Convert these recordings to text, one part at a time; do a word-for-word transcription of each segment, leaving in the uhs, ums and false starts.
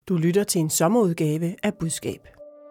Du lytter til en sommerudgave af Budskab.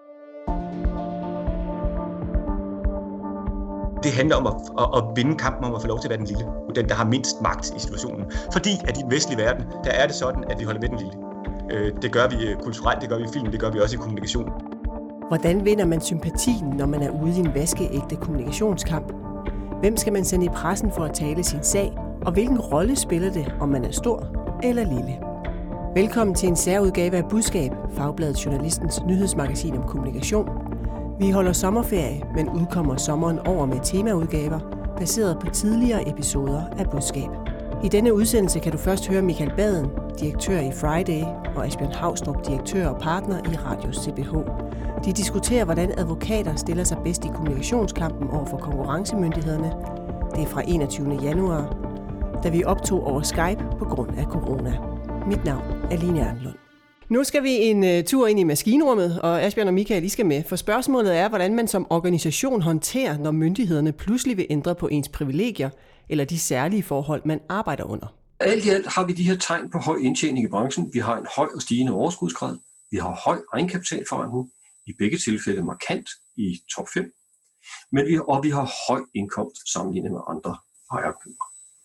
Det handler om at, at, at vinde kampen om at få lov til at være den lille, den der har mindst magt i situationen. Fordi at i den vestlige verden, der er det sådan, at vi holder med den lille. Det gør vi kulturelt, det gør vi i film, det gør vi også i kommunikation. Hvordan vinder man sympatien, når man er ude i en vaskeægte kommunikationskamp? Hvem skal man sende i pressen for at tale sin sag? Og hvilken rolle spiller det, om man er stor eller lille? Velkommen til en særudgave af Budskab, Fagbladet Journalistens nyhedsmagasin om kommunikation. Vi holder sommerferie, men udkommer sommeren over med temaudgaver, baseret på tidligere episoder af Budskab. I denne udsendelse kan du først høre Michael Baden, direktør i Friday, og Asbjørn Haustrup, direktør og partner i Radius C B H. De diskuterer, hvordan advokater stiller sig bedst i kommunikationskampen over for konkurrencemyndighederne. Det er fra enogtyvende januar, da vi optog over Skype på grund af corona. Mit navn er Line Ernlund. Nu skal vi en uh, tur ind i maskinrummet, og Asbjørn og Michael, I skal med. For spørgsmålet er, hvordan man som organisation håndterer, når myndighederne pludselig vil ændre på ens privilegier, eller de særlige forhold, man arbejder under. Alt i alt har vi de her tegn på høj indtjening i branchen. Vi har en høj og stigende overskudsgrad. Vi har høj egenkapitalforretning. I begge tilfælde markant i top fem. Men vi, og vi har høj indkomst sammenlignet med andre ejerklubber.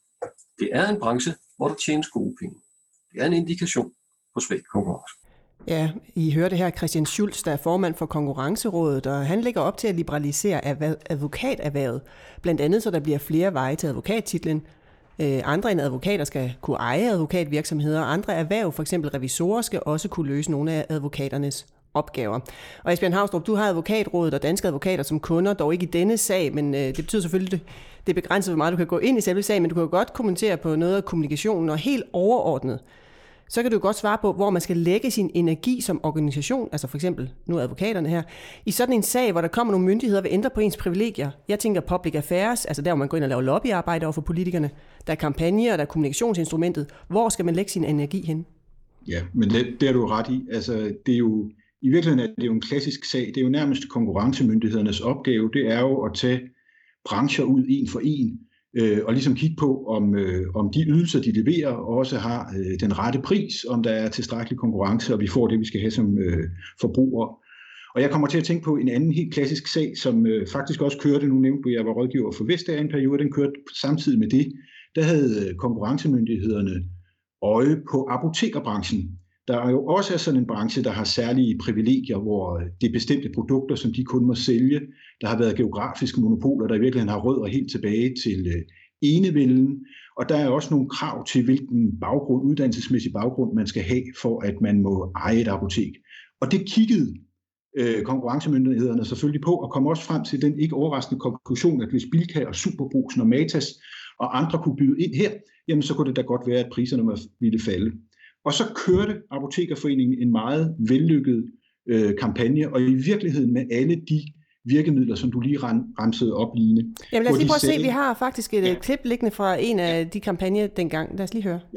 Det er en branche, hvor der tjenes gode penge. Det er en indikation på svag konkurrence. Ja, I hørte her Christian Schulz, der er formand for Konkurrencerådet, og han lægger op til at liberalisere advokaterhvervet. Blandt andet, så der bliver flere veje til advokattitlen. Andre end advokater skal kunne eje advokatvirksomheder, og andre erhverv, f.eks. revisorer, skal også kunne løse nogle af advokaternes opgaver. Og Asbjørn Haustrup, du har Advokatrådet og Danske Advokater som kunder, dog ikke i denne sag, men det betyder selvfølgelig, det er begrænset, hvor meget du kan gå ind i selve sagen, men du kan jo godt kommentere på noget af kommunikationen, og helt overordnet, så kan du godt svare på, hvor man skal lægge sin energi som organisation, altså for eksempel nu advokaterne her, i sådan en sag, hvor der kommer nogle myndigheder og vil ændre på ens privilegier. Jeg tænker public affairs, altså der, hvor man går ind og laver lobbyarbejde over for politikerne. Der er kampagner, der er kommunikationsinstrumentet. Hvor skal man lægge sin energi hen? Ja, men det, det er du ret i. Altså, det er jo, i virkeligheden er det jo en klassisk sag. Det er jo nærmest konkurrencemyndighedernes opgave. Det er jo at tage brancher ud en for en, og ligesom kigge på, om, øh, om de ydelser, de leverer, også har øh, den rette pris, om der er tilstrækkelig konkurrence, og vi får det, vi skal have som øh, forbrugere. Og jeg kommer til at tænke på en anden helt klassisk sag, som øh, faktisk også kørte, nu nævnte jeg, jeg var rådgiver for Vestager en periode, den kørte samtidig med det. Der havde konkurrencemyndighederne øje på apotekerbranchen. Der er jo også sådan en branche, der har særlige privilegier, hvor det er bestemte produkter, som de kun må sælge. Der har været geografiske monopoler, der i virkeligheden har rødder helt tilbage til enevælden. Og der er også nogle krav til, hvilken baggrund, uddannelsesmæssig baggrund man skal have, for at man må eje et apotek. Og det kiggede øh, konkurrencemyndighederne selvfølgelig på, og kom også frem til den ikke overraskende konklusion, at hvis Bilka og Superbrugsen og Matas og andre kunne byde ind her, jamen så kunne det da godt være, at priserne ville falde. Og så kørte Apotekerforeningen en meget vellykket øh, kampagne, og i virkeligheden med alle de virkemidler, som du lige ramsede op, Line. Jamen lad os lige prøve at se, vi har faktisk et ja. klip liggende fra en af de kampagner dengang. Lad os lige høre. Ja.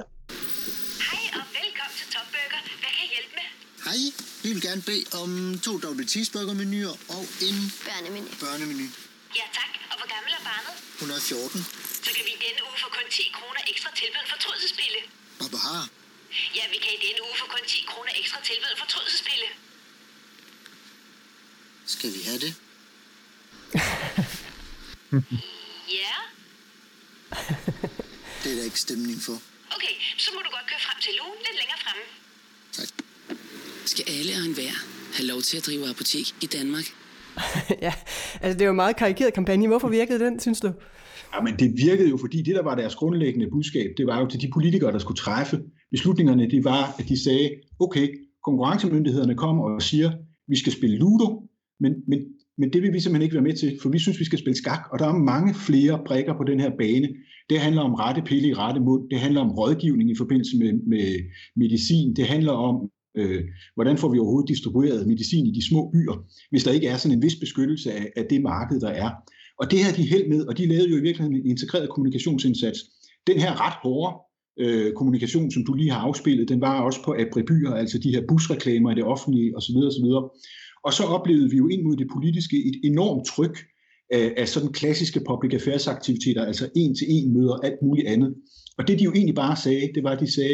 Hej og velkommen til Top Burger. Hvad kan jeg hjælpe med? Hej, vi vil gerne bede om to dobbelt cheeseburger-menuer og en børnemenu. børnemenu. Ja tak, og hvor gammel er barnet? et hundrede og fjorten. Så kan vi i denne uge få kun ti kroner ekstra tilbud for fortrydelsespille. Baba har. Ja, vi kan i denne uge få kun ti kroner ekstra tilbud for fortrydelsespille. Skal vi have det? Ja. Det er der ikke stemning for. Okay, så må du godt køre frem til lugen lidt længere fremme. Tak. Skal alle og enhver have lov til at drive apotek i Danmark? Ja, altså det er jo en meget karikeret kampagne. Hvorfor virkede den, synes du? Ja, men det virkede jo, fordi det, der var deres grundlæggende budskab, det var jo til de politikere, der skulle træffe beslutningerne, det var, at de sagde, okay, konkurrencemyndighederne kommer og siger, vi skal spille ludo, men, men, men det vil vi simpelthen ikke være med til, for vi synes, vi skal spille skak, og der er mange flere brikker på den her bane. Det handler om rette pille i rette mund, det handler om rådgivning i forbindelse med, med medicin, det handler om, øh, hvordan får vi overhovedet distribueret medicin i de små byer, hvis der ikke er sådan en vis beskyttelse af, af det marked, der er. Og det her de held med, og de lavede jo i virkeligheden en integreret kommunikationsindsats. Den her ret hårde øh, kommunikation, som du lige har afspillet, den var også på abribyer, altså de her busreklamer i det offentlige osv. osv. Og så oplevede vi jo ind mod det politiske et enormt tryk af, af sådan klassiske public affairs aktiviteter, altså en til en møder, alt muligt andet. Og det de jo egentlig bare sagde, det var, at de sagde,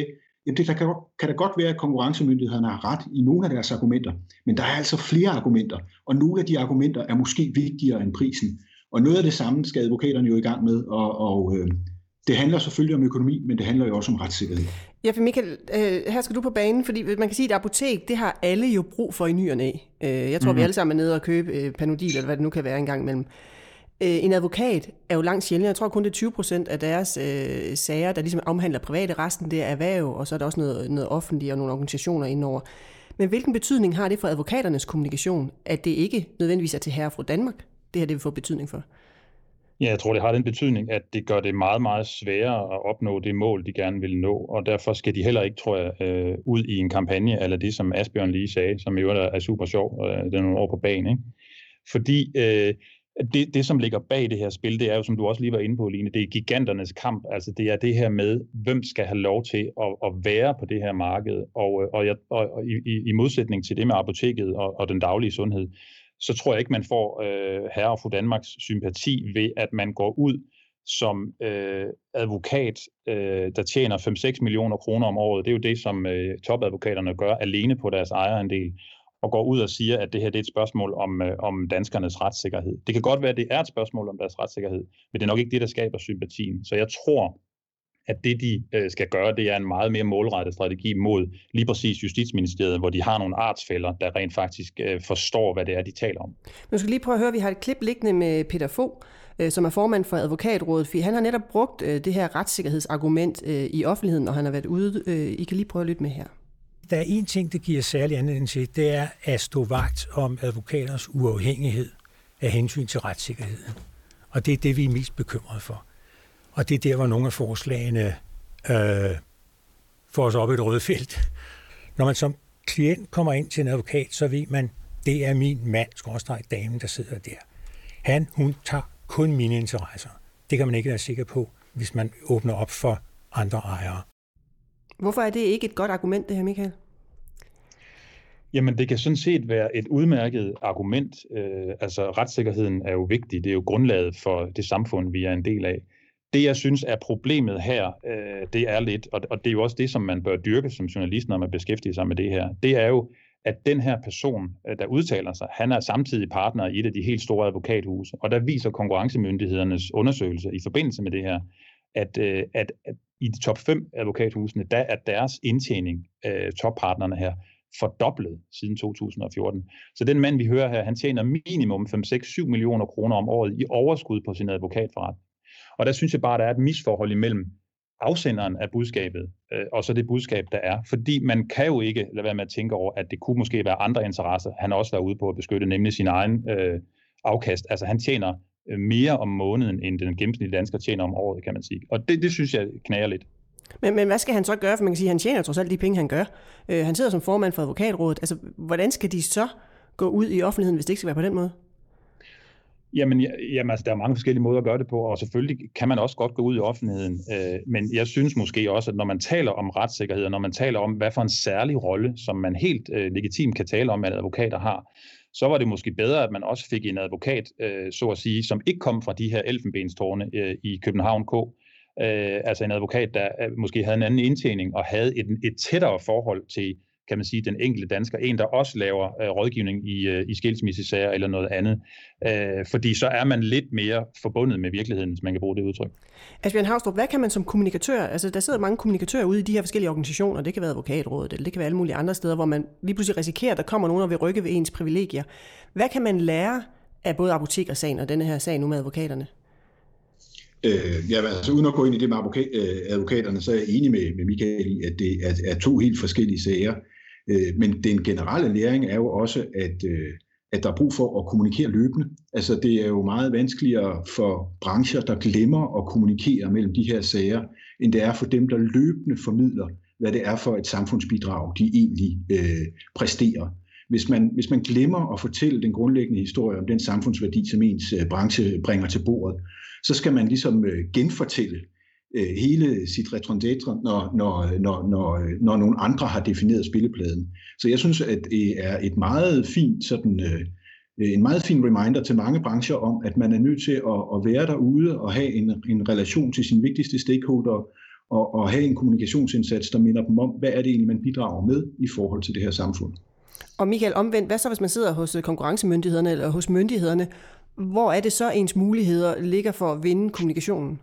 Jamen det der kan, kan da godt være, at konkurrencemyndighederne har ret i nogle af deres argumenter, men der er altså flere argumenter, og nogle af de argumenter er måske vigtigere end prisen. Og noget af det samme skal advokaterne jo i gang med, og, og øh, det handler selvfølgelig om økonomi, men det handler jo også om retssikkerhed. Ja, for Michael, øh, her skal du på banen, fordi man kan sige, at et apotek, det har alle jo brug for i ny og næ. Øh, jeg tror, mm-hmm. vi alle sammen er nede og købe øh, Panodil, eller hvad det nu kan være engang imellem. Øh, en advokat er jo langt sjældent. Jeg tror kun det er tyve procent af deres øh, sager, der ligesom omhandler private. Resten det er erhverv, og så er der også noget, noget offentligt og nogle organisationer indover. Men hvilken betydning har det for advokaternes kommunikation, at det ikke nødvendigvis er til herre og fru Danmark? Det her det vil få betydning for. Ja, jeg tror, det har den betydning, at det gør det meget, meget sværere at opnå det mål, de gerne vil nå, og derfor skal de heller ikke, tror jeg, øh, ud i en kampagne, eller det, som Asbjørn lige sagde, som jo er super sjov, øh, det er nogle år på banen, ikke? Fordi øh, det, det, som ligger bag det her spil, det er jo, som du også lige var inde på, Line, det er giganternes kamp, altså det er det her med, hvem skal have lov til at, at være på det her marked, og, og, jeg, og, og i, i modsætning til det med apoteket og, og den daglige sundhed, så tror jeg ikke, man får øh, herre og fru Danmarks sympati ved, at man går ud som øh, advokat, øh, der tjener fem til seks millioner kroner om året. Det er jo det, som øh, topadvokaterne gør alene på deres ejerandel, og går ud og siger, at det her det er et spørgsmål om, øh, om danskernes retssikkerhed. Det kan godt være, at det er et spørgsmål om deres retssikkerhed, men det er nok ikke det, der skaber sympatien. Så jeg tror, at det, de øh, skal gøre, det er en meget mere målrettet strategi mod lige præcis Justitsministeriet, hvor de har nogle artsfæller, der rent faktisk øh, forstår, hvad det er, de taler om. Nu skal lige prøve at høre, vi har et klip liggende med Peter Fogh, øh, som er formand for Advokatrådet, for han har netop brugt øh, det her retssikkerhedsargument øh, i offentligheden, og han har været ude. Øh, I kan lige prøve at lytte med her. Der er en ting, det giver særlig anledning til, det er at stå vagt om advokaters uafhængighed af hensyn til retssikkerheden. Og det er det, vi er mest bekymrede for. Og det er der, hvor nogle af forslagene øh, får os op i et rødt felt. Når man som klient kommer ind til en advokat, så ved man, det er min mand, skråstreg damen, der sidder der. Han, hun tager kun mine interesser. Det kan man ikke være sikker på, hvis man åbner op for andre ejere. Hvorfor er det ikke et godt argument, det her, Michael? Jamen, det kan sådan set være et udmærket argument. Øh, altså, retssikkerheden er jo vigtig. Det er jo grundlaget for det samfund, vi er en del af. Det, jeg synes er problemet her, øh, det er lidt, og, og det er jo også det, som man bør dyrke som journalist, når man beskæftiger sig med det her, det er jo, at den her person, der udtaler sig, han er samtidig partner i et af de helt store advokathuse, og der viser konkurrencemyndighedernes undersøgelse i forbindelse med det her, at, øh, at, at i de top fem advokathusene, der er deres indtjening, øh, toppartnerne her, fordoblet siden to tusind og fjorten. Så den mand, vi hører her, han tjener minimum fem, seks, syv millioner kroner om året i overskud på sin advokatforretning. Og der synes jeg bare, der er et misforhold imellem afsenderen af budskabet øh, og så det budskab, der er. Fordi man kan jo ikke lade være med at tænke over, at det kunne måske være andre interesser. Han har også været ude på at beskytte, nemlig sin egen øh, afkast. Altså han tjener øh, mere om måneden, end den gennemsnitlige dansker tjener om året, kan man sige. Og det, det synes jeg knager lidt. Men, men hvad skal han så gøre? For man kan sige, at han tjener trods alt de penge, han gør. Øh, han sidder som formand for Advokatrådet. Altså, hvordan skal de så gå ud i offentligheden, hvis det ikke skal være på den måde? Jamen, jamen altså, der er mange forskellige måder at gøre det på, og selvfølgelig kan man også godt gå ud i offentligheden. Øh, men jeg synes måske også, at når man taler om retssikkerhed, og når man taler om, hvad for en særlig rolle, som man helt øh, legitimt kan tale om, at advokater har, så var det måske bedre, at man også fik en advokat, øh, så at sige, som ikke kom fra de her elfenbenstårne øh, i København K. Øh, altså en advokat, der øh, måske havde en anden indtjening og havde et, et tættere forhold til, kan man sige, den enkelte dansker, en, der også laver øh, rådgivning i, øh, i skilsmissesager eller noget andet. Øh, fordi så er man lidt mere forbundet med virkeligheden, hvis man kan bruge det udtryk. Asbjørn Haustrup, hvad kan man som kommunikatør, altså der sidder mange kommunikatører ude i de her forskellige organisationer, det kan være Advokatrådet, eller det kan være alle mulige andre steder, hvor man lige pludselig risikerer, at der kommer nogen og vil rykke ved ens privilegier. Hvad kan man lære af både apotekersagen og denne her sag nu med advokaterne? Øh, ja, altså uden at gå ind i det med advokat, øh, advokaterne, så er jeg enig med, med Michael i, at det er, er to helt forskellige sager. Øh, men den generelle læring er jo også, at, øh, at der er brug for at kommunikere løbende. Altså det er jo meget vanskeligere for brancher, der glemmer at kommunikere mellem de her sager, end det er for dem, der løbende formidler, hvad det er for et samfundsbidrag, de egentlig øh, præsterer. Hvis man, hvis man glemmer at fortælle den grundlæggende historie om den samfundsværdi, som ens øh, branche bringer til bordet, så skal man ligesom øh, genfortælle øh, hele sit retrondatre, når, når, når, når, når nogle andre har defineret spillepladen. Så jeg synes, at det er et meget fint, sådan, øh, en meget fin reminder til mange brancher om, at man er nødt til at, at være derude og have en, en relation til sine vigtigste stakeholder, og, og have en kommunikationsindsats, der minder dem om, hvad er det egentlig, man bidrager med i forhold til det her samfund. Og Michael, omvendt, hvad så hvis man sidder hos konkurrencemyndighederne eller hos myndighederne? Hvor er det så, ens muligheder ligger for at vinde kommunikationen?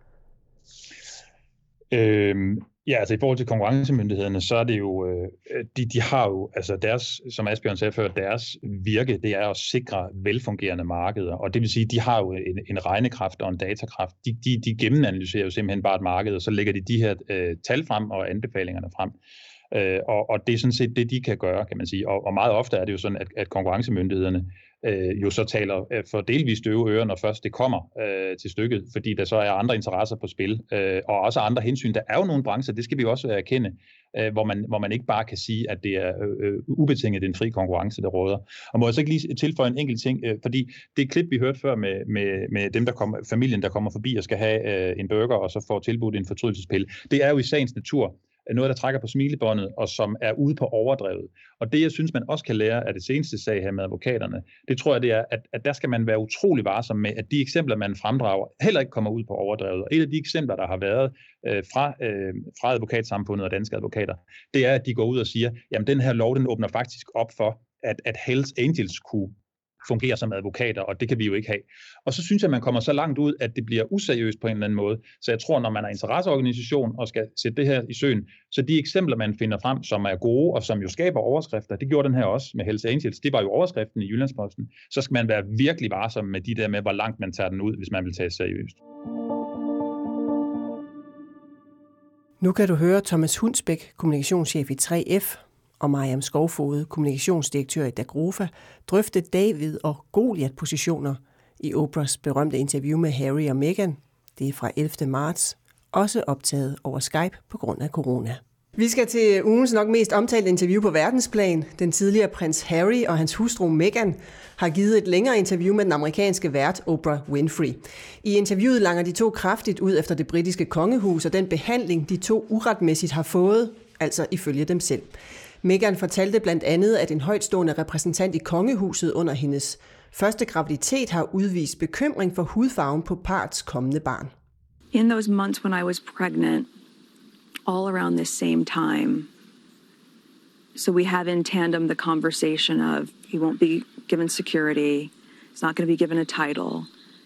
Øhm, ja, altså i forhold til konkurrencemyndighederne, så er det jo, øh, de, de har jo, altså deres, som Asbjørn sagde før, deres virke, det er at sikre velfungerende markeder, og det vil sige, de har jo en, en regnekraft og en datakraft. De, de, de gennemanalyserer jo simpelthen bare et marked, og så lægger de de her øh, tal frem og anbefalingerne frem. Øh, og, og det er sådan set det, de kan gøre, kan man sige. Og, og meget ofte er det jo sådan, at, at konkurrencemyndighederne øh, jo så taler for delvis døve ører, når først det kommer øh, til stykket, fordi der så er andre interesser på spil, øh, og også andre hensyn. Der er jo nogle brancher, det skal vi også erkende, øh, hvor, man, hvor man ikke bare kan sige, at det er øh, ubetinget den fri konkurrence, der råder. Og må jeg så ikke lige tilføje en enkelt ting, øh, fordi det klip, vi hørte før med, med, med dem, der kommer, familien, der kommer forbi og skal have øh, en burger, og så får tilbudt en fortrydelsespille, det er jo i sagens natur noget, der trækker på smilebåndet, og som er ude på overdrevet. Og det, jeg synes, man også kan lære af det seneste sag her med advokaterne, det tror jeg, det er, at, at der skal man være utrolig varsom med, at de eksempler, man fremdrager, heller ikke kommer ud på overdrevet. Og et af de eksempler, der har været øh, fra, øh, fra advokatsamfundet og danske advokater, det er, at de går ud og siger, jamen den her lov, den åbner faktisk op for, at, at Hells Angels kunne fungerer som advokater, og det kan vi jo ikke have. Og så synes jeg, at man kommer så langt ud, at det bliver useriøst på en eller anden måde. Så jeg tror, når man er interesseorganisation og skal sætte det her i søen, så de eksempler, man finder frem, som er gode og som jo skaber overskrifter, det gjorde den her også med Hells Angels, det var jo overskriften i Jyllandsposten, så skal man være virkelig varsom med de der med, hvor langt man tager den ud, hvis man vil tage seriøst. Nu kan du høre Thomas Hundsbæk, kommunikationschef i tre F, og Mariam Skovfoged, kommunikationsdirektør i Dagrofa, drøfte David- og Goliat-positioner i Oprahs berømte interview med Harry og Meghan. Det er fra ellevte marts, også optaget over Skype på grund af corona. Vi skal til ugens nok mest omtalte interview på verdensplan. Den tidligere prins Harry og hans hustru Meghan har givet et længere interview med den amerikanske vært Oprah Winfrey. I interviewet langer de to kraftigt ud efter det britiske kongehus og den behandling, de to uretmæssigt har fået, altså ifølge dem selv. Meghan fortalte blandt andet, at en højtstående repræsentant i kongehuset under hendes første graviditet har udvist bekymring for hudfarven på parrets kommende barn. In those months when I was pregnant, all around this same time, so we have in tandem the conversation of he won't be given security, he's not going to be given a title,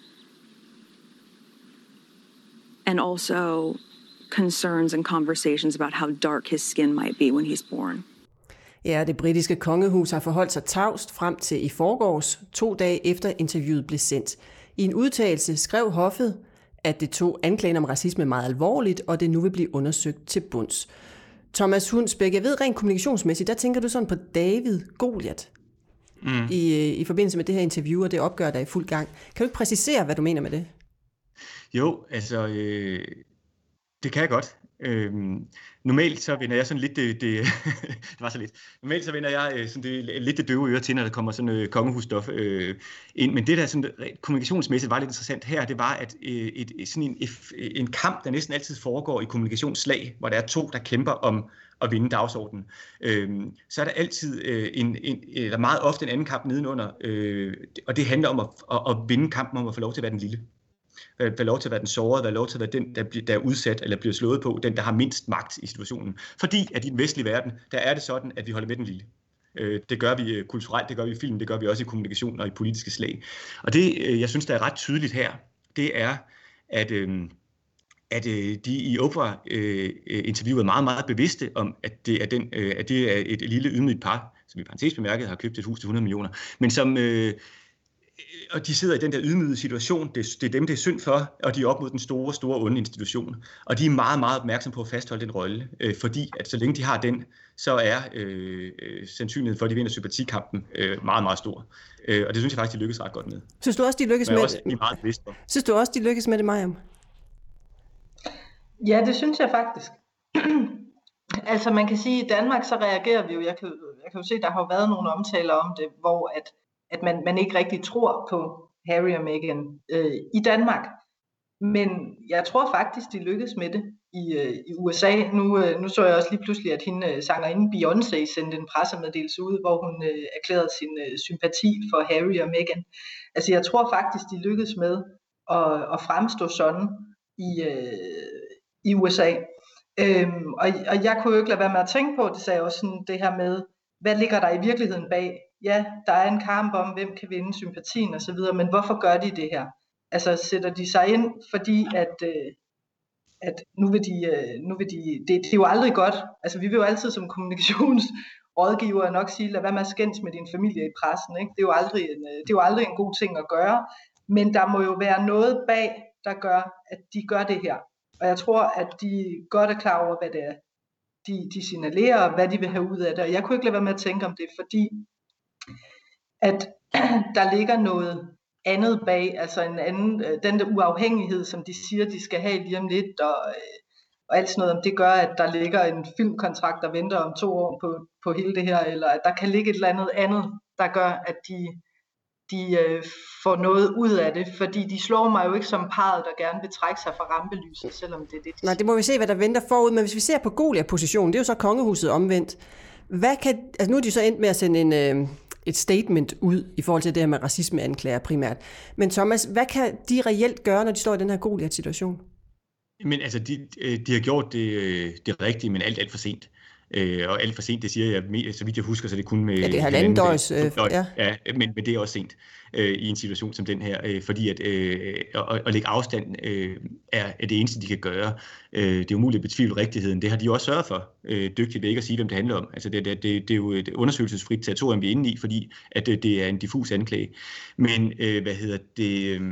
and also concerns and conversations about how dark his skin might be when he's born. Ja, det britiske kongehus har forholdt sig tavst frem til i forgårs, to dage efter interviewet blev sendt. I en udtalelse skrev hoffet, at det tog anklagen om racisme meget alvorligt, og det nu vil blive undersøgt til bunds. Thomas Hundsbæk, jeg ved rent kommunikationsmæssigt, der tænker du sådan på David Goliat mm. i, i forbindelse med det her interview, og det opgør der i fuld gang. Kan du ikke præcisere, hvad du mener med det? Jo, altså, øh, det kan jeg godt. Øhm, normalt så vender jeg sådan lidt det, det, det var så lidt. Normalt så vender jeg sådan det, lidt det døve øre til, når der kommer sådan noget kongehusstof øh, ind. Men det der sådan kommunikationsmæssigt var lidt interessant her, det var at øh, et, sådan en, en kamp, der næsten altid foregår i kommunikationsslag, hvor der er to, der kæmper om at vinde dagsordenen. Øhm, så er der altid øh, en, en, eller meget ofte en anden kamp nedenunder, øh, og det handler om at, at, at vinde kampen om at få lov til at være den lille. Være lov til at være den sårede, være lov til at være den, der, bliver, der er udsat eller bliver slået på, den, der har mindst magt i situationen. Fordi at i den vestlige verden, der er det sådan, at vi holder med den lille. Øh, det gør vi kulturelt, det gør vi i film, det gør vi også i kommunikation og i politiske slag. Og det, øh, jeg synes, der er ret tydeligt her, det er, at, øh, at øh, de i Oprah-interviewet øh, er meget, meget bevidste om, at det er, den, øh, at det er et lille ydmygt par, som i parentes bemærket har købt et hus til hundrede millioner, men som... Øh, og de sidder i den der ydmygede situation, det, det er dem, det er synd for, og de er op mod den store, store onde institution. Og de er meget, meget opmærksomme på at fastholde den rolle, øh, fordi at så længe de har den, så er øh, øh, sandsynligheden for, at de vinder sympatikampen øh, meget, meget stor. Øh, og det synes jeg faktisk, de lykkes ret godt med. Synes du også, de lykkes med også, de er meget bevidst om. Synes du også, de lykkes med det, Mariam? Ja, det synes jeg faktisk. Altså man kan sige, at i Danmark så reagerer vi jo, jeg kan, jeg kan jo se, der har jo været nogle omtaler om det, hvor at at man, man ikke rigtig tror på Harry og Meghan øh, i Danmark. Men jeg tror faktisk, de lykkes med det i, øh, i U S A. Nu, øh, nu så jeg også lige pludselig, at hende øh, sangerinde Beyoncé sendte en pressemeddelelse ud, hvor hun øh, erklærede sin øh, sympati for Harry og Meghan. Altså jeg tror faktisk, de lykkes med at, at fremstå sådan i, øh, i U S A. Øhm, og, og jeg kunne jo ikke lade være med at tænke på, det sagde jeg også sådan, det her med, hvad ligger der i virkeligheden bag? Ja, der er en kamp om, hvem kan vinde sympatien osv., men hvorfor gør de det her? Altså sætter de sig ind, fordi at, øh, at nu vil de, øh, nu vil de det, det er jo aldrig godt, altså vi vil jo altid som kommunikationsrådgiver nok sige, lad være med at skændes med din familie i pressen, ikke? Det er jo aldrig en, det er jo aldrig en god ting at gøre, men der må jo være noget bag, der gør, at de gør det her. Og jeg tror, at de godt er klar over, hvad det er, de, de signalerer, hvad de vil have ud af det. Og jeg kunne ikke lade være med at tænke om det, fordi at der ligger noget andet bag, altså en anden, den der uafhængighed, som de siger, de skal have lige om lidt, og, og alt sådan noget, om det gør, at der ligger en filmkontrakt, der venter om to år på, på hele det her, eller at der kan ligge et eller andet andet, der gør, at de, de øh, får noget ud af det, fordi de slår mig jo ikke som parret, der gerne vil trække sig fra rampelyset, selvom det er det, de Nej, det må vi se, hvad der venter forud, men hvis vi ser på Goliat-positionen, det er jo så kongehuset omvendt. Hvad kan, altså nu er de så endt med at sende en... Øh et statement ud i forhold til det her med racismeanklager primært. Men Thomas, hvad kan de reelt gøre, når de står i den her Goliat-situation? Men altså, de, de har gjort det, det rigtige, men alt, alt for sent. Øh, og alt for sent, det siger jeg, så vidt jeg husker, så det kun med... Ja, det er halvanden døgns... Øh, ja, ja men, men det er også sent øh, i en situation som den her, øh, fordi at, øh, at, at lægge afstand øh, er, er det eneste, de kan gøre. Øh, det er umuligt at betvivle rigtigheden. Det har de også sørget for, øh, dygtigt ved ikke at sige, hvem det handler om. Altså, det, det, det, det er jo et undersøgelsesfrit territorium, vi er inde i, fordi at det, det er en diffus anklage. Men, øh, hvad hedder det... Øh,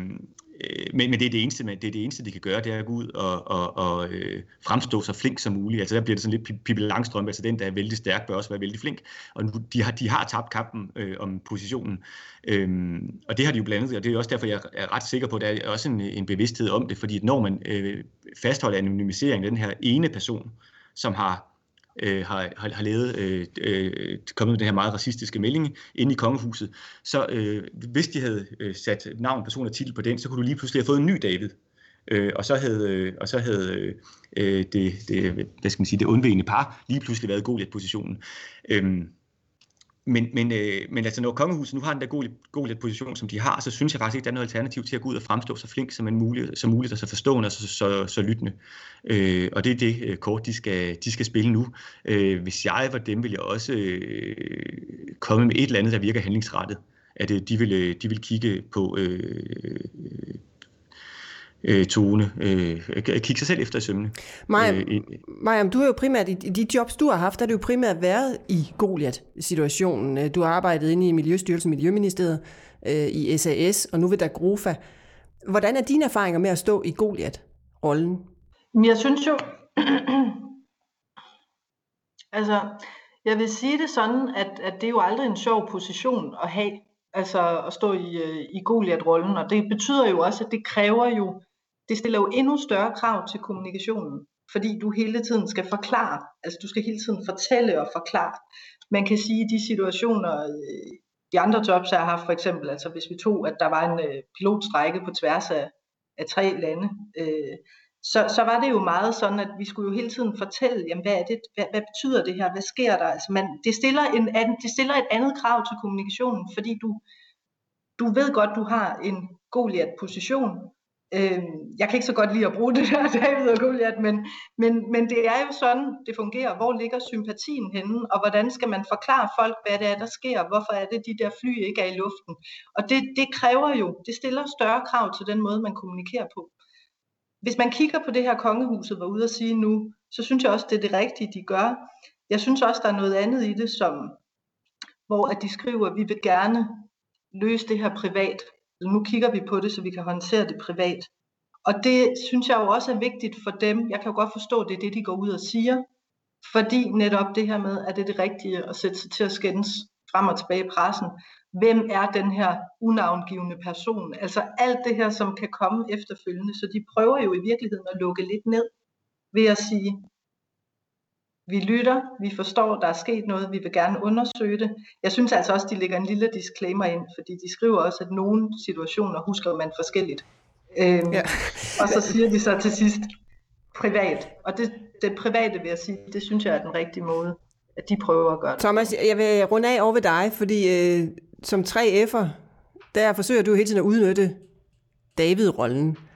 Men, men det er det eneste, det er det eneste, de kan gøre, det er at gå ud og, og, og øh, fremstå så flink som muligt. Altså der bliver det sådan lidt Pippi Langstrømpe, altså den, der er vældig stærk, bør også være vældig flink. Og nu, de, har, de har tabt kampen øh, om positionen. Øhm, og det har de jo blandet, og det er også derfor, jeg er ret sikker på, at der er også en, en bevidsthed om det. Fordi når man øh, fastholder anonymisering af den her ene person, som har Øh, har, har, har lavet, øh, øh, kommet med den her meget racistiske melding inde i kongehuset, så øh, hvis de havde øh, sat navn, person og titel på den, så kunne du lige pludselig have fået en ny David. Øh, og så havde, øh, og så havde øh, det, det, hvad skal man sige, det undvigende par lige pludselig været Goliat-positionen. Øh, Men, men, øh, men altså når kongehuset nu har den der Goliat-position, som de har, så synes jeg faktisk ikke, der er noget alternativ til at gå ud og fremstå så flink som, en mulig, som muligt, og så forstående og så, så, så lyttende. Øh, og det er det øh, kort, de skal, de skal spille nu. Øh, hvis jeg var dem, ville jeg også øh, komme med et eller andet, der virker handlingsrettet. At øh, de, vil, de vil kigge på... Øh, Øh, tone, øh, kigge sig selv efter i sømmene. Mariam, du har jo primært, i de jobs, du har haft, der har du jo primært været i Goliat-situationen. Du har arbejdet inde i Miljøstyrelsen, Miljøministeriet, øh, i S A S, og nu ved Dagrofa. Hvordan er dine erfaringer med at stå i Goliat-rollen? Jeg synes jo, altså, jeg vil sige det sådan, at, at det er jo aldrig en sjov position at have, altså at stå i, i Goliat-rollen, og det betyder jo også, at det kræver jo, det stiller jo endnu større krav til kommunikationen, fordi du hele tiden skal forklare, altså du skal hele tiden fortælle og forklare. Man kan sige, at de situationer, de andre jobs, jeg har haft for eksempel, altså hvis vi tog, at der var en pilotstrejke på tværs af, af tre lande, øh, så, så var det jo meget sådan, at vi skulle jo hele tiden fortælle, jamen hvad er det, hvad, hvad betyder det her, hvad sker der? Altså man, det, stiller en, det stiller et andet krav til kommunikationen, fordi du, du ved godt, du har en Goliat-position. Øh, jeg kan ikke så godt lide at bruge det der David og Goliat, men, men, men det er jo sådan, det fungerer. Hvor ligger sympatien henne, og hvordan skal man forklare folk, hvad det er, der sker? Hvorfor er det, de der fly ikke er i luften? Og det, det kræver jo, det stiller større krav til den måde, man kommunikerer på. Hvis man kigger på det her kongehuset var ude at sige nu, så synes jeg også, det er det rigtige, de gør. Jeg synes også, der er noget andet i det, som, hvor at de skriver, at vi vil gerne løse det her privat. Nu kigger vi på det, så vi kan håndtere det privat. Og det synes jeg jo også er vigtigt for dem. Jeg kan jo godt forstå, at det er det, de går ud og siger. Fordi netop det her med, at det er det rigtige at sætte sig til at skændes frem og tilbage i pressen. Hvem er den her unavngivende person? Altså alt det her, som kan komme efterfølgende. Så de prøver jo i virkeligheden at lukke lidt ned ved at sige, vi lytter, vi forstår, der er sket noget, vi vil gerne undersøge det. Jeg synes altså også, de lægger en lille disclaimer ind, fordi de skriver også, at nogle situationer husker man forskelligt. Øhm, ja. Og så siger de så til sidst privat. Og det, det private, vil jeg sige, det synes jeg er den rigtige måde, at de prøver at gøre det. Thomas, jeg vil runde af over ved dig, fordi øh, som tre F'er, der forsøger du hele tiden at udnytte David-rollen.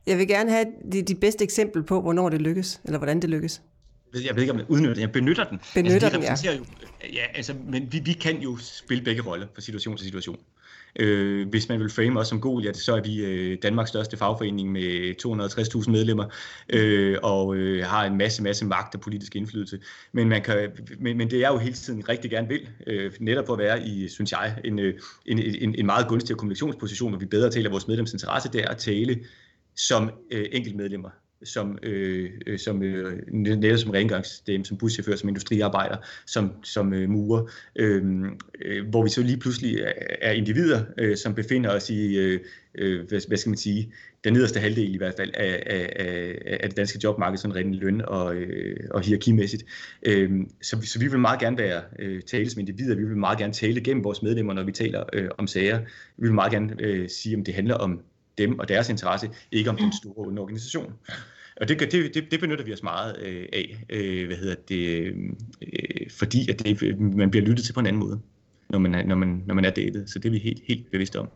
Jeg vil gerne have de, de bedste eksempel på, hvornår det lykkes, eller hvordan det lykkes. Jeg ved ikke, om jeg udnytter den. Jeg benytter den. Benytter altså, den, ja. Jo, ja, altså, men vi, vi kan jo spille begge roller fra situation til situation. Øh, hvis man vil frame os som Goliat, så er vi øh, Danmarks største fagforening med to hundrede og tres tusind medlemmer øh, og øh, har en masse, masse magt og politisk indflydelse. Men, man kan, men, men det er jo hele tiden rigtig gerne vil, øh, netop for at være i, synes jeg, en, en, en, en meget gunstig kommunikationsposition, hvor vi bedre taler vores medlemsinteresse, der at tale som øh, enkeltmedlemmer. som, øh, som øh, netop som rengøringsdame, som buschauffør, som industriarbejder, som, som øh, murer, øh, øh, hvor vi så lige pludselig er, er individer, øh, som befinder os i, øh, øh, hvad, hvad skal man sige, den nederste halvdel i hvert fald af, af, af det danske jobmarked, sådan rent løn og, øh, og hierarkimæssigt. Øh, så, så vi vil meget gerne være øh, tale som individer, vi vil meget gerne tale gennem vores medlemmer, når vi taler øh, om sager. Vi vil meget gerne øh, sige, om det handler om dem og deres interesse, ikke om den store organisation. Og det, det, det, det benytter vi os meget øh, af, øh, hvad hedder det, øh, fordi at det, man bliver lyttet til på en anden måde, når man er, når man, når man er datet. Så det er vi helt, helt bevidste om.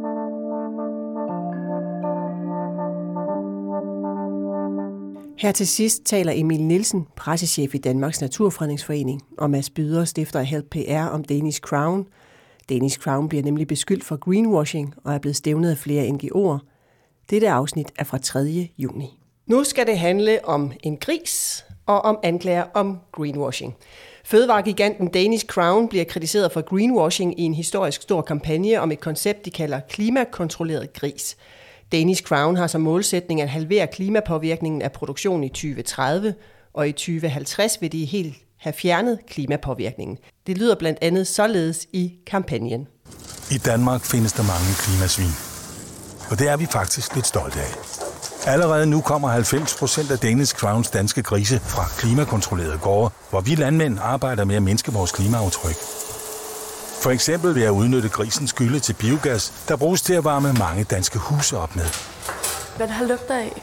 Her til sidst taler Emil Nielsen, pressechef i Danmarks Naturfredningsforening, og Mads Byder, stifter af Help P R, om Danish Crown. Danish Crown bliver nemlig beskyldt for greenwashing og er blevet stævnet af flere N G O'er. Dette afsnit er fra tredje juni. Nu skal det handle om en gris og om anklager om greenwashing. Fødevaregiganten Danish Crown bliver kritiseret for greenwashing i en historisk stor kampagne om et koncept, de kalder klimakontrolleret gris. Danish Crown har som målsætning at halvere klimapåvirkningen af produktionen i tyve tredive, og i tyve halvtreds vil de helt have fjernet klimapåvirkningen. Det lyder blandt andet således i kampagnen. I Danmark findes der mange klimasvin, og det er vi faktisk lidt stolte af. Allerede nu kommer halvfems procent af Danish Crowns danske grise fra klimakontrollerede gårde, hvor vi landmænd arbejder med at mindske vores klimaaftryk. For eksempel ved at udnytte grisens gylde til biogas, der bruges til at varme mange danske huse op med. Hvad har lugter af?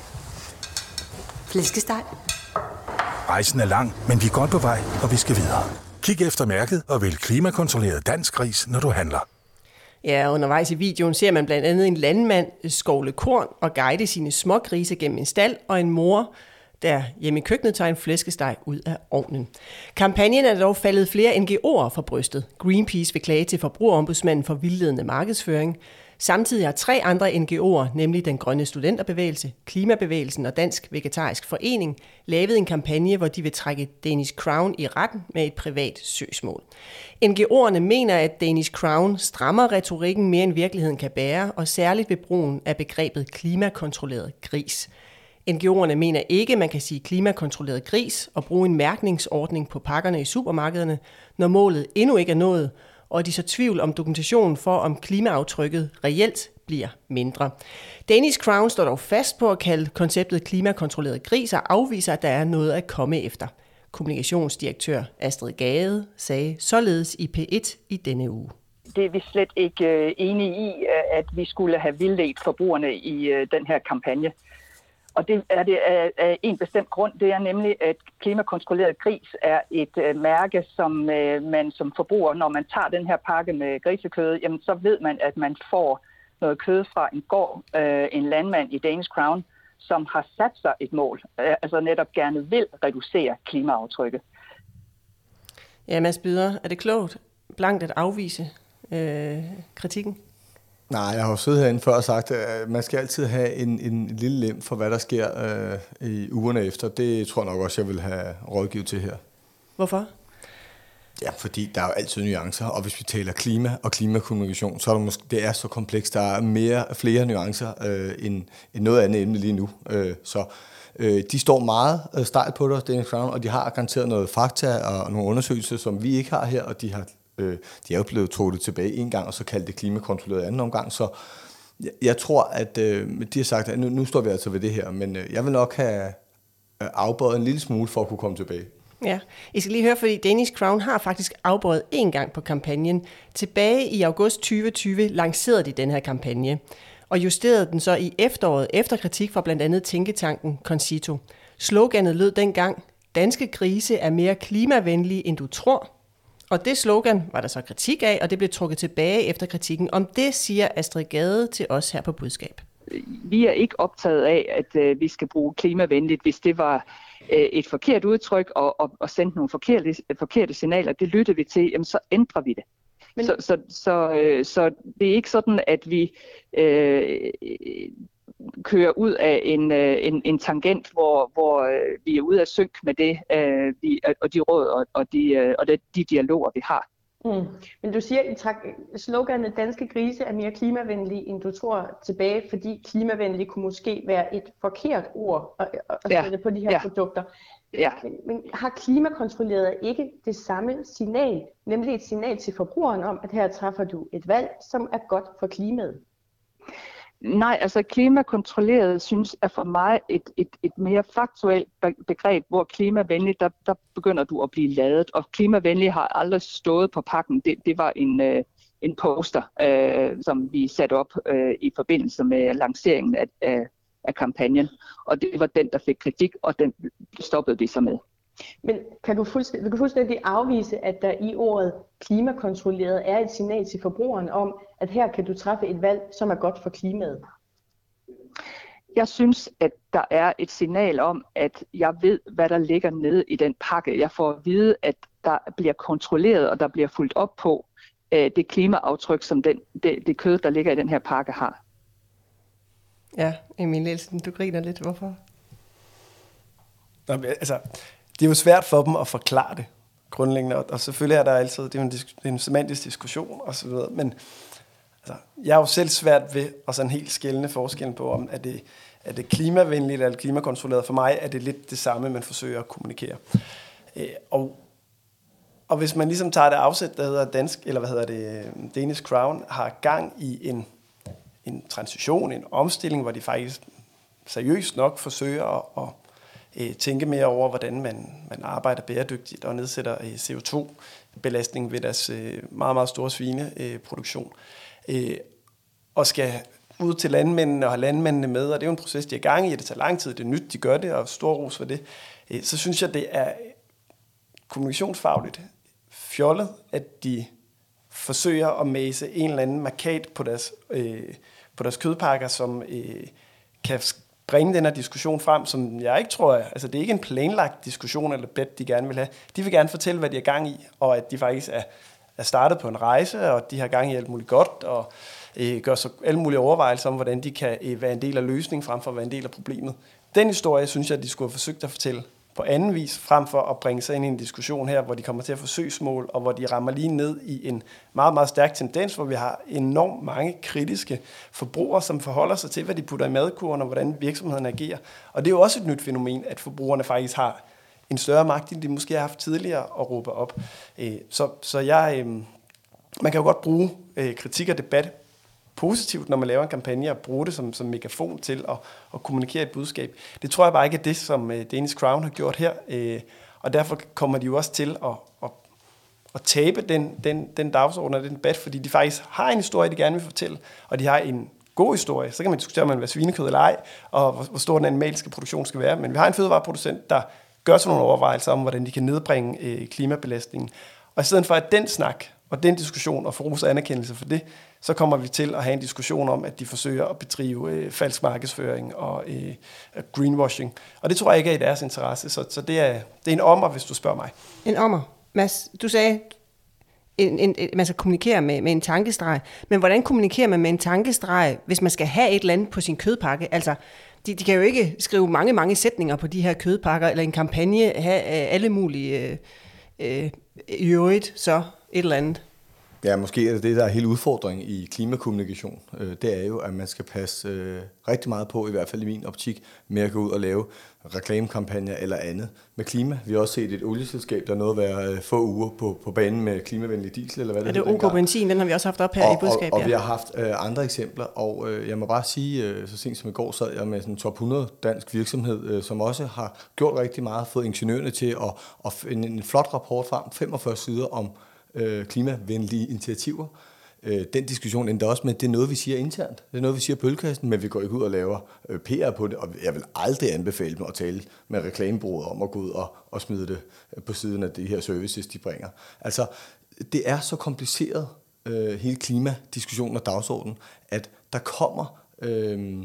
Flæskesteg. Rejsen er lang, men vi er godt på vej, og vi skal videre. Kig efter mærket og vælg klimakontrolleret dansk gris, når du handler. Ja, undervejs i videoen ser man blandt andet en landmand skovle korn og guide sine smågrise gennem en stald, og en mor, der hjemme i køkkenet tager en flæskesteg ud af ovnen. Kampagnen er dog faldet flere N G O'er for brystet. Greenpeace vil klage til Forbrugerombudsmanden for vildledende markedsføring. Samtidig har tre andre N G O'er, nemlig Den Grønne Studenterbevægelse, Klimabevægelsen og Dansk Vegetarisk Forening, lavet en kampagne, hvor de vil trække Danish Crown i retten med et privat søgsmål. N G O'erne mener, at Danish Crown strammer retorikken mere end virkeligheden kan bære, og særligt ved brugen af begrebet klimakontrolleret gris. N G O'erne mener ikke, man kan sige klimakontrolleret gris og bruge en mærkningsordning på pakkerne i supermarkederne, når målet endnu ikke er nået, og de så tvivl om dokumentationen for, om klimaaftrykket reelt bliver mindre. Danish Crown står dog fast på at kalde konceptet klimakontrolleret gris og afviser, at der er noget at komme efter. Kommunikationsdirektør Astrid Gade sagde således i P et i denne uge. Det er vi slet ikke enige i, at vi skulle have vildledt forbrugerne i den her kampagne. Og det er det af en bestemt grund. Det er nemlig, at klimakontrolleret gris er et uh, mærke, som uh, man som forbruger, når man tager den her pakke med grisekød, jamen, så ved man, at man får noget kød fra en gård, uh, en landmand i Danish Crown, som har sat sig et mål, uh, altså netop gerne vil reducere klimaaftrykket. Ja, Mads Byder, er det klogt blankt at afvise øh, kritikken? Nej, jeg har jo siddet herinde før og sagt, at man skal altid have en, en lille lem for, hvad der sker øh, i ugerne efter. Det tror jeg nok også, jeg vil have rådgivet til her. Hvorfor? Ja, fordi der er jo altid nuancer, og hvis vi taler klima og klimakommunikation, så er det, måske, det er så komplekst. Der er mere, flere nuancer øh, end, end noget andet emne lige nu. Øh, så øh, de står meget øh, stejlt på det, Danish Crown, og de har garanteret noget fakta og nogle undersøgelser, som vi ikke har her, og de har øh, de er jo blevet trukket tilbage en gang, og så kaldt det klimakontrolleret anden omgang. Så jeg, jeg tror, at øh, de har sagt, at nu, nu står vi altså ved det her, men øh, jeg vil nok have øh, afbøjet en lille smule for at kunne komme tilbage. Ja, I skal lige høre, fordi Danish Crown har faktisk afbøjet en gang på kampagnen. Tilbage i august tyve tyve lancerede de den her kampagne, og justerede den så i efteråret efter kritik fra blandt andet tænketanken Concito. Sloganet lød dengang, danske grise er mere klimavenlige, end du tror. Og det slogan var der så kritik af, og det blev trukket tilbage efter kritikken. Om det siger Astrid Gade til os her på Budskab. vi er ikke optaget af, at øh, vi skal bruge klimavenligt, hvis det var øh, et forkert udtryk og, og, og sendte nogle forkerte, forkerte signaler. Det lytter vi til, jamen så ændrer vi det. Men... Så, så, så, øh, så det er ikke sådan, at vi øh, kører ud af en, øh, en, en tangent, hvor, hvor øh, vi er ude af synk med det, øh, vi, og de råd og, og, de, øh, og de, de dialoger, vi har. Mm. Men du siger, at sloganet danske grise er mere klimavenlige, end du tror tilbage, fordi klimavenlig kunne måske være et forkert ord at, at sætte ja. på de her ja. produkter. Ja. Men, men har klimakontrolleret ikke det samme signal, nemlig et signal til forbrugeren om, at her træffer du et valg, som er godt for klimaet? Nej, altså klimakontrolleret synes er for mig et, et, et mere faktuelt begreb, hvor klimavenlig, der, der begynder du at blive ladet, og klimavenlig har aldrig stået på pakken. Det, det var en, øh, en poster, øh, som vi satte op øh, i forbindelse med lanceringen af, af, af kampagnen, og det var den, der fik kritik, og den stoppede vi så med. Men kan du fuldstændig, du kan fuldstændig afvise, at der i ordet klimakontrolleret er et signal til forbrugeren om, at her kan du træffe et valg, som er godt for klimaet? Jeg synes, at der er et signal om, at jeg ved, hvad der ligger nede i den pakke. Jeg får at vide, at der bliver kontrolleret, og der bliver fulgt op på øh, det klimaaftryk, som den, det, det kød, der ligger i den her pakke, har. Ja, Emil Nielsen, du griner lidt. Hvorfor? Nå, altså... Det er jo svært for dem at forklare det grundlæggende, og, og selvfølgelig er der altid, det er jo en, disk, en semantisk diskussion og så videre, men altså, jeg er jo selv svært ved at sådan helt skelne forskellen på, om er det, er det klimavenligt eller klimakontrolleret. For mig er det lidt det samme, man forsøger at kommunikere. Øh, og, og hvis man ligesom tager det afsæt, der hedder dansk, eller hvad hedder det, Danish Crown, har gang i en, en transition, en omstilling, hvor de faktisk seriøst nok forsøger at, at tænke mere over, hvordan man, man arbejder bæredygtigt og nedsætter C O to belastning ved deres meget, meget store svineproduktion. Og skal ud til landmændene og have landmændene med, og det er jo en proces, de er i gang i, det tager lang tid, det er nyt, de gør det, og stor ros for det. Så synes jeg, det er kommunikationsfagligt fjollet, at de forsøger at mase en eller anden markat på deres, på deres kødpakker, som kan bringe den her diskussion frem, som jeg ikke tror, altså det er ikke en planlagt diskussion eller bet, de gerne vil have. De vil gerne fortælle, hvad de er gang i, og at de faktisk er, er startet på en rejse, og de har gang i alt muligt godt, og øh, gør så alle mulige overvejelser om, hvordan de kan øh, være en del af løsningen, frem for at være en del af problemet. Den historie, synes jeg, at de skulle have forsøgt at fortælle på anden vis, frem for at bringe sig ind i en diskussion her, hvor de kommer til at få søgsmål, og hvor de rammer lige ned i en meget, meget stærk tendens, hvor vi har enormt mange kritiske forbrugere, som forholder sig til, hvad de putter i madkurven, og hvordan virksomheden agerer. Og det er jo også et nyt fænomen, at forbrugerne faktisk har en større magt, end de måske har haft tidligere at råbe op. Så, så jeg, man kan jo godt bruge kritik og debat positivt, når man laver en kampagne, og bruge det som, som megafon til at, at kommunikere et budskab. Det tror jeg bare ikke er det, som uh, Danish Crown har gjort her, uh, og derfor kommer de jo også til at, at, at tabe den, den, den dagsorden og den debat, fordi de faktisk har en historie, de gerne vil fortælle, og de har en god historie. Så kan man diskutere, om man vil være svinekød eller ej, og hvor, hvor stor den animalske produktion skal være, men vi har en fødevareproducent, der gør sådan nogle overvejelser om, hvordan de kan nedbringe uh, klimabelastningen. Og i stedet for at den snak, og den diskussion, og få ros anerkendelse for det, så kommer vi til at have en diskussion om, at de forsøger at bedrive øh, falsk markedsføring og øh, greenwashing. Og det tror jeg ikke er i deres interesse, så, så det, er, det er en ommer, hvis du spørger mig. En ommer. Mads, du sagde, en, en, en, man skal kommunikere med, med en tankestreg. Men hvordan kommunikerer man med en tankestreg, hvis man skal have et eller andet på sin kødpakke? Altså, de, de kan jo ikke skrive mange, mange sætninger på de her kødpakker, eller en kampagne, have øh, alle mulige øh, øh, i øvrigt, så et eller andet. Ja, måske er det det, der er hele udfordringen i klimakommunikation. Det er jo, at man skal passe øh, rigtig meget på, i hvert fald i min optik, med at gå ud og lave reklamekampagner eller andet med klima. Vi har også set et olieselskab, der nåede at være øh, få uger på, på banen med klimavenlig diesel, eller hvad det er. Det er OK Benzin, den har vi også haft op her og, i budskab. Og, og ja. vi har haft øh, andre eksempler, og øh, jeg må bare sige, øh, så sent som i går sad jeg med sådan en top hundrede dansk virksomhed, øh, som også har gjort rigtig meget, fået ingeniørerne til at, at finde en flot rapport frem, femogfyrre sider om øh, klimavenlige initiativer. Øh, den diskussion endte også med, at det er noget, vi siger internt. Det er noget, vi siger på ølkassen, men vi går ikke ud og laver øh, P R på det, og jeg vil aldrig anbefale dem at tale med reklamebureauer om at gå ud og, og smide det på siden af de her services, de bringer. Altså, det er så kompliceret, øh, hele klimadiskussionen og dagsordenen, at der kommer øh,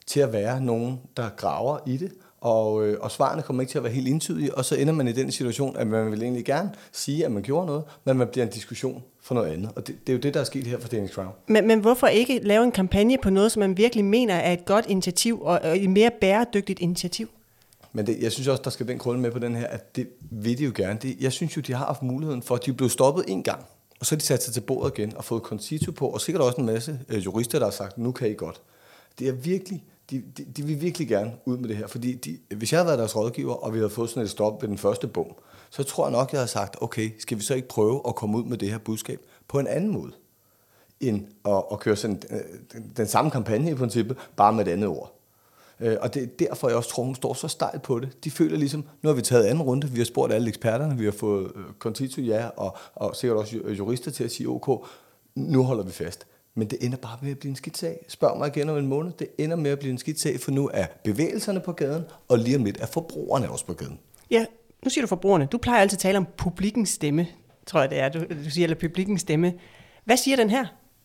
til at være nogen, der graver i det, og, øh, og svarene kommer ikke til at være helt entydige, og så ender man i den situation, at man vil egentlig gerne sige, at man gjorde noget, men man bliver en diskussion for noget andet. Og det, det er jo det, der er sket her for Danish Crown. Men, men hvorfor ikke lave en kampagne på noget, som man virkelig mener er et godt initiativ, og, og et mere bæredygtigt initiativ? Men det, jeg synes også, der skal den krølle med på den her, at det vil de jo gerne. Det, jeg synes jo, de har haft muligheden for, at de er blevet stoppet en gang, og så har de sat sig til bordet igen og fået concito på, og sikkert også en masse øh, jurister, der har sagt, nu kan I godt. Det er virkelig, de, de, de vil virkelig gerne ud med det her, fordi de, hvis jeg havde været deres rådgiver, og vi havde fået sådan et stop ved den første bog, så tror jeg nok, jeg havde sagt, okay, skal vi så ikke prøve at komme ud med det her budskab på en anden måde, end at, at køre sådan, øh, den, den samme kampagne i princippet, bare med et andet ord. Øh, og det er derfor, jeg også tror, hun står så stejlt på det. De føler ligesom, nu har vi taget anden runde, vi har spurgt alle eksperterne, vi har fået øh, concito ja, og, og sikkert også jurister til at sige ok, nu holder vi fast. Men det ender bare med at blive en skidt sag. Spørg mig igen om en måned, det ender med at blive en skidt sag, for nu er bevægelserne på gaden, og lige om lidt er forbrugerne også på gaden. Ja, nu siger du forbrugerne. Du plejer altid at tale om publikkens stemme, tror jeg det er. Du, du siger, eller publikkens stemme. Hvad siger den her?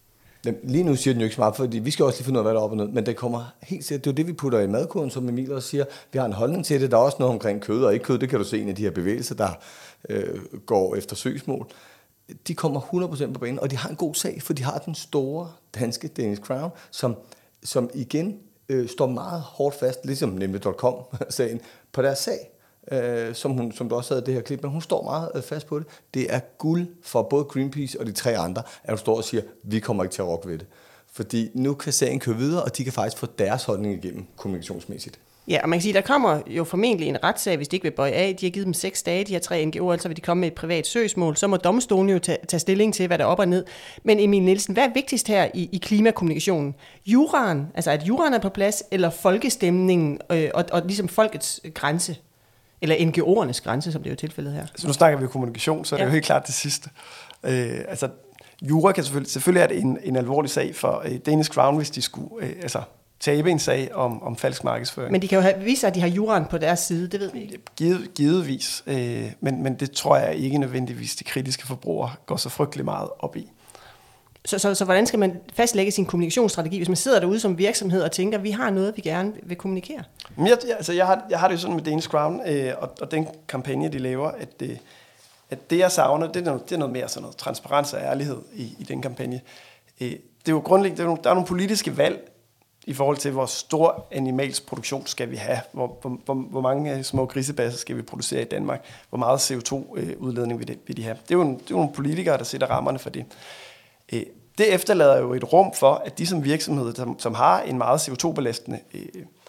Lige nu siger den jo ikke så meget, fordi vi skal også lige finde ud af, hvad der er op og ned, men det kommer helt sikkert. Det er jo det, vi putter i madkoden, som Emil også siger. Vi har en holdning til det. Der er også noget omkring kød og ikke kød. Det kan du se i en af de her bevægelser, der øh, går efter søgsmål. De kommer hundrede procent på banen, og de har en god sag, for de har den store danske Danish Crown, som, som igen øh, står meget hårdt fast, ligesom nemlig punktum com-sagen, på deres sag. Øh, som, hun, som du også havde det her klip, men hun står meget øh, fast på det. Det er guld for både Greenpeace og de tre andre, at hun står og siger, vi kommer ikke til at rokke ved det. Fordi nu kan sagen køre videre, og de kan faktisk få deres holdning igennem kommunikationsmæssigt. Ja, og man kan sige, der kommer jo formentlig en retssag, hvis de ikke vil bøje af. De har givet dem seks dage, de her tre N G O'er, altså vil de komme med et privat søgsmål. Så må domstolen jo tage, tage stilling til, hvad der er op og ned. Men Emil Nielsen, hvad er vigtigst her i, i klimakommunikationen? Juraen, altså at juraen er på plads, eller folkestemningen øh, og, og ligesom folkets grænse? Eller N G O'ernes grænse, som det er jo tilfældet her. Så nu snakker vi kommunikation, så er det ja. jo helt klart det sidste. Øh, altså, jura kan selvfølgelig, selvfølgelig er det en, en alvorlig sag for øh, Danish Crown, hvis de skulle øh, altså, tabe en sag om, om falsk markedsføring. Men de kan jo have, vise, at de har juraen på deres side, det ved vi ikke. Givet, givetvis, øh, men, men det tror jeg ikke nødvendigvis, de kritiske forbrugere går så frygtelig meget op i. Så, så, så hvordan skal man fastlægge sin kommunikationsstrategi, hvis man sidder derude som virksomhed og tænker, at vi har noget, vi gerne vil kommunikere? Jeg, jeg, altså jeg, har, jeg har det jo sådan med Danish Crown øh, og, og den kampagne, de laver, at, øh, at det, jeg savner, det er noget, det er noget mere sådan noget transparens og ærlighed i, i den kampagne. Øh, det er jo grundlæggende, der er, nogle, der er nogle politiske valg i forhold til, hvor stor animalsk produktion skal vi have, hvor, hvor, hvor, hvor mange små grisebasser skal vi producere i Danmark, hvor meget C O to udledning vil, det, vil de have. Det er, jo en, det er jo nogle politikere, der sætter rammerne for det. Øh, Det efterlader jo et rum for, at de som virksomheder, som, som har en meget C O to belastende øh,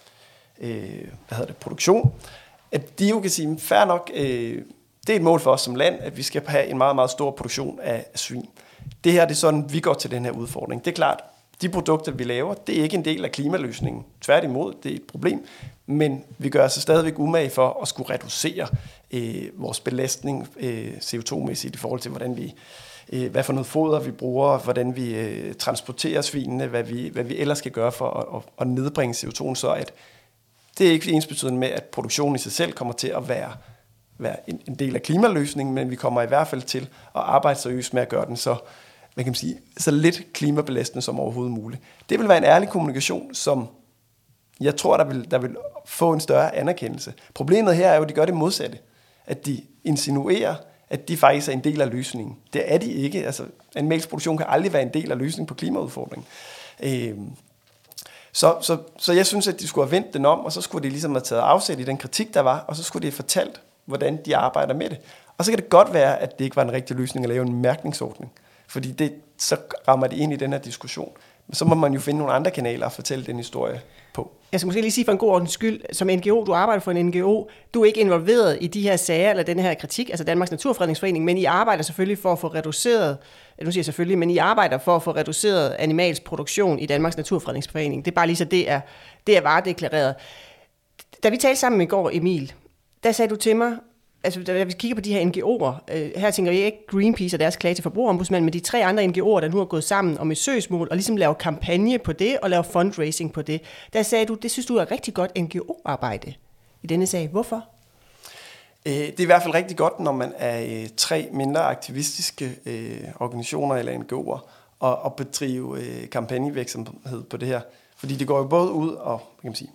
øh, hvad hedder det, produktion, at de jo kan sige, fair nok, øh, det er et mål for os som land, at vi skal have en meget, meget stor produktion af svin. Det her det er sådan, vi går til den her udfordring. Det er klart, de produkter, vi laver, det er ikke en del af klimaløsningen. Tværtimod, det er et problem, men vi gør os stadigvæk umage for at skulle reducere øh, vores belastning øh, C O to-mæssigt i forhold til, hvordan vi hvad for noget foder vi bruger, hvordan vi øh, transporterer svinene, hvad vi, hvad vi ellers skal gøre for at, at, at nedbringe C O to, så at det er ikke ensbetydende med, at produktionen i sig selv kommer til at være, være en, en del af klimaløsningen, men vi kommer i hvert fald til at arbejde seriøst med at gøre den så, hvad kan man sige, så lidt klimabelastende som overhovedet muligt. Det vil være en ærlig kommunikation, som jeg tror, der vil, der vil få en større anerkendelse. Problemet her er jo, at de gør det modsatte. At de insinuerer, at de faktisk er en del af løsningen. Det er de ikke. Altså, animalsk produktion kan aldrig være en del af løsningen på klimaudfordringen. Øh, så, så, så jeg synes, at de skulle have vendt den om, og så skulle de ligesom have taget afsæt i den kritik, der var, og så skulle de have fortalt, hvordan de arbejder med det. Og så kan det godt være, at det ikke var en rigtig løsning at lave en mærkningsordning. Fordi det, så rammer de ind i den her diskussion. Men så må man jo finde nogle andre kanaler og fortælle den historie på. Jeg skal måske lige sige for en god ordens skyld, som N G O, du arbejder for en N G O, du er ikke involveret i de her sager eller den her kritik, altså Danmarks Naturfredningsforening, men I arbejder selvfølgelig for at få reduceret, nu siger jeg selvfølgelig, men I arbejder for at få reduceret animalsk produktion i Danmarks Naturfredningsforening. Det er bare lige så det er, det er varedeklareret. Da vi talte sammen i går, Emil, der sagde du til mig, altså, da vi kigger på de her N G O'er, øh, her tænker jeg ikke Greenpeace og deres klage til forbrugerombudsmanden, men de tre andre N G O'er, der nu har gået sammen om et søgsmål, og ligesom laver kampagne på det, og laver fundraising på det. Der sagde du, det synes du er rigtig godt N G O-arbejde i denne sag. Hvorfor? Det er i hvert fald rigtig godt, når man er tre mindre aktivistiske øh, organisationer eller N G O'er, og, og bedrive øh, kampagnevirksomhed på det her. Fordi det går jo både ud og, kan man sige,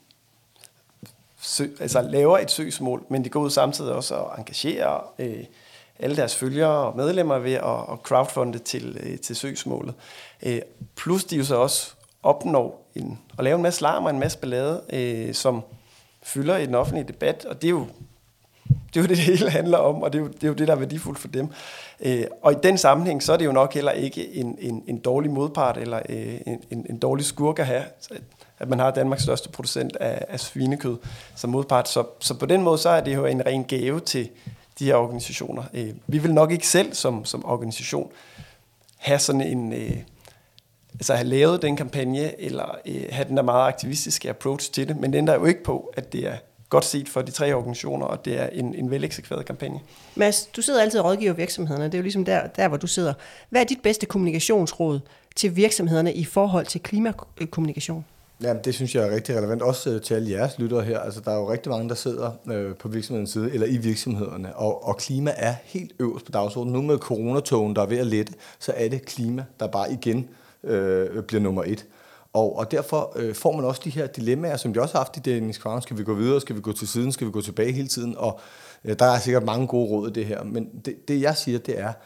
sø, altså laver et søgsmål, men det går ud samtidig også og engagerer øh, alle deres følgere og medlemmer ved at, at crowdfunde til, øh, til søgsmålet. Øh, plus de jo så også opnår en, at lave en masse larm og en masse ballade, øh, som fylder i den offentlige debat, og det er jo det, er jo det, det hele handler om, og det er jo det, er jo det der er værdifuldt for dem. Øh, og i den sammenhæng, så er det jo nok heller ikke en, en, en dårlig modpart, eller øh, en, en dårlig skurk at have, at man har Danmarks største producent af, af svinekød som modpart. Så, så på den måde, så er det jo en ren gave til de her organisationer. Øh, vi vil nok ikke selv som, som organisation have sådan en... Øh, altså have lavet den kampagne, eller øh, have den der meget aktivistiske approach til det, men den der er jo ikke på, at det er godt set for de tre organisationer, og det er en, en veleksekveret kampagne. Mads, du sidder altid og rådgiver virksomhederne, det er jo ligesom der, der, hvor du sidder. Hvad er dit bedste kommunikationsråd til virksomhederne i forhold til klimakommunikation? Jamen, det synes jeg er rigtig relevant, også til alle jeres lyttere her. Altså, der er jo rigtig mange, der sidder øh, på virksomhedens side, eller i virksomhederne, og, og klima er helt øverst på dagsordenen. Nu med coronatogen, der er ved at lette, så er det klima, der bare igen øh, bliver nummer et. Og, og derfor øh, får man også de her dilemmaer, som vi også har haft i Danish Crown. Skal vi gå videre? Skal vi gå til siden? Skal vi gå tilbage hele tiden? Og øh, der er sikkert mange gode råd i det her. Men det, det jeg siger, det er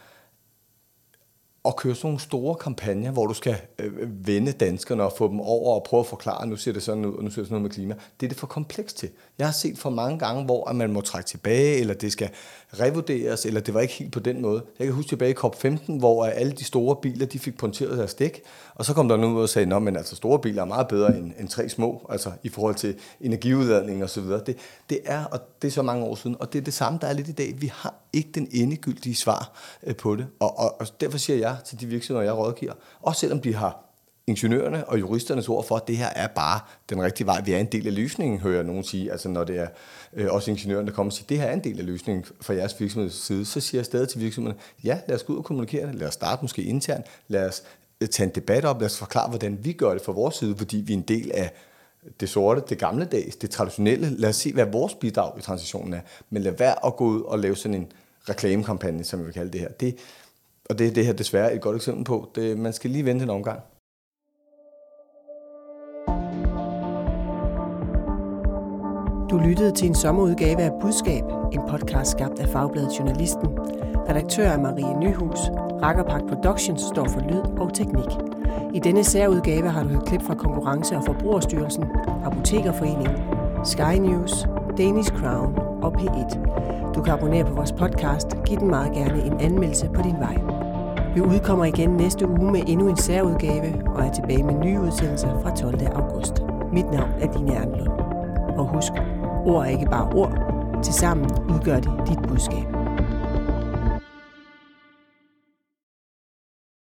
at køre sådan nogle store kampagner, hvor du skal øh, vende danskerne og få dem over og prøve at forklare, nu ser det sådan ud, og nu ser det sådan noget med klima. Det er det for komplekst til. Jeg har set for mange gange, hvor man må trække tilbage, eller det skal revurderes, eller det var ikke helt på den måde. Jeg kan huske tilbage i COP femten, hvor alle de store biler, de fik punkteret deres dæk, og så kom der nogen ud og sagde, nå, men altså store biler er meget bedre end, end tre små, altså i forhold til energiudladning og så videre. Det, det er, og det er så mange år siden, og det er det samme, der er lidt i dag. Vi har ikke den endegyldige svar øh, på det, og, og, og derfor siger jeg til de virksomheder, jeg rådgiver, også selvom de har ingeniørerne og juristernes ord for, at det her er bare den rigtige vej. Vi er en del af løsningen, hører jeg nogen sige. Altså når det er øh, også ingeniørerne, der kommer og siger, det her er en del af løsningen fra jeres virksomheds side, så siger jeg stadig til virksomhederne, ja, lad os gå ud og kommunikere det. Lad os starte måske internt. Lad os tage en debat op. Lad os forklare, hvordan vi gør det fra vores side, fordi vi er en del af det sorte, det gamle dags, det traditionelle. Lad os se, hvad vores bidrag i transitionen er. Men lad være at gå ud og lave sådan en reklamekampagne, som vi vil kalde det her. Det, og det er det her desværre et godt eksempel på. Det, man skal lige vente en omgang. Du lyttede til en sommerudgave af Budskab, en podcast skabt af Fagbladet Journalisten. Redaktør er Marie Nyhus. Rakkerpark Productions står for lyd og teknik. I denne særudgave har du hørt klip fra Konkurrence- og Forbrugerstyrelsen, Apotekerforeningen, Sky News, Danish Crown og P et. Du kan abonnere på vores podcast. Giv den meget gerne en anmeldelse på din vej. Vi udkommer igen næste uge med endnu en særudgave og er tilbage med nye udsendelser fra tolvte august. Mit navn er Dine Ernlund. Og husk, ord er ikke bare ord. Tilsammen udgør de dit budskab.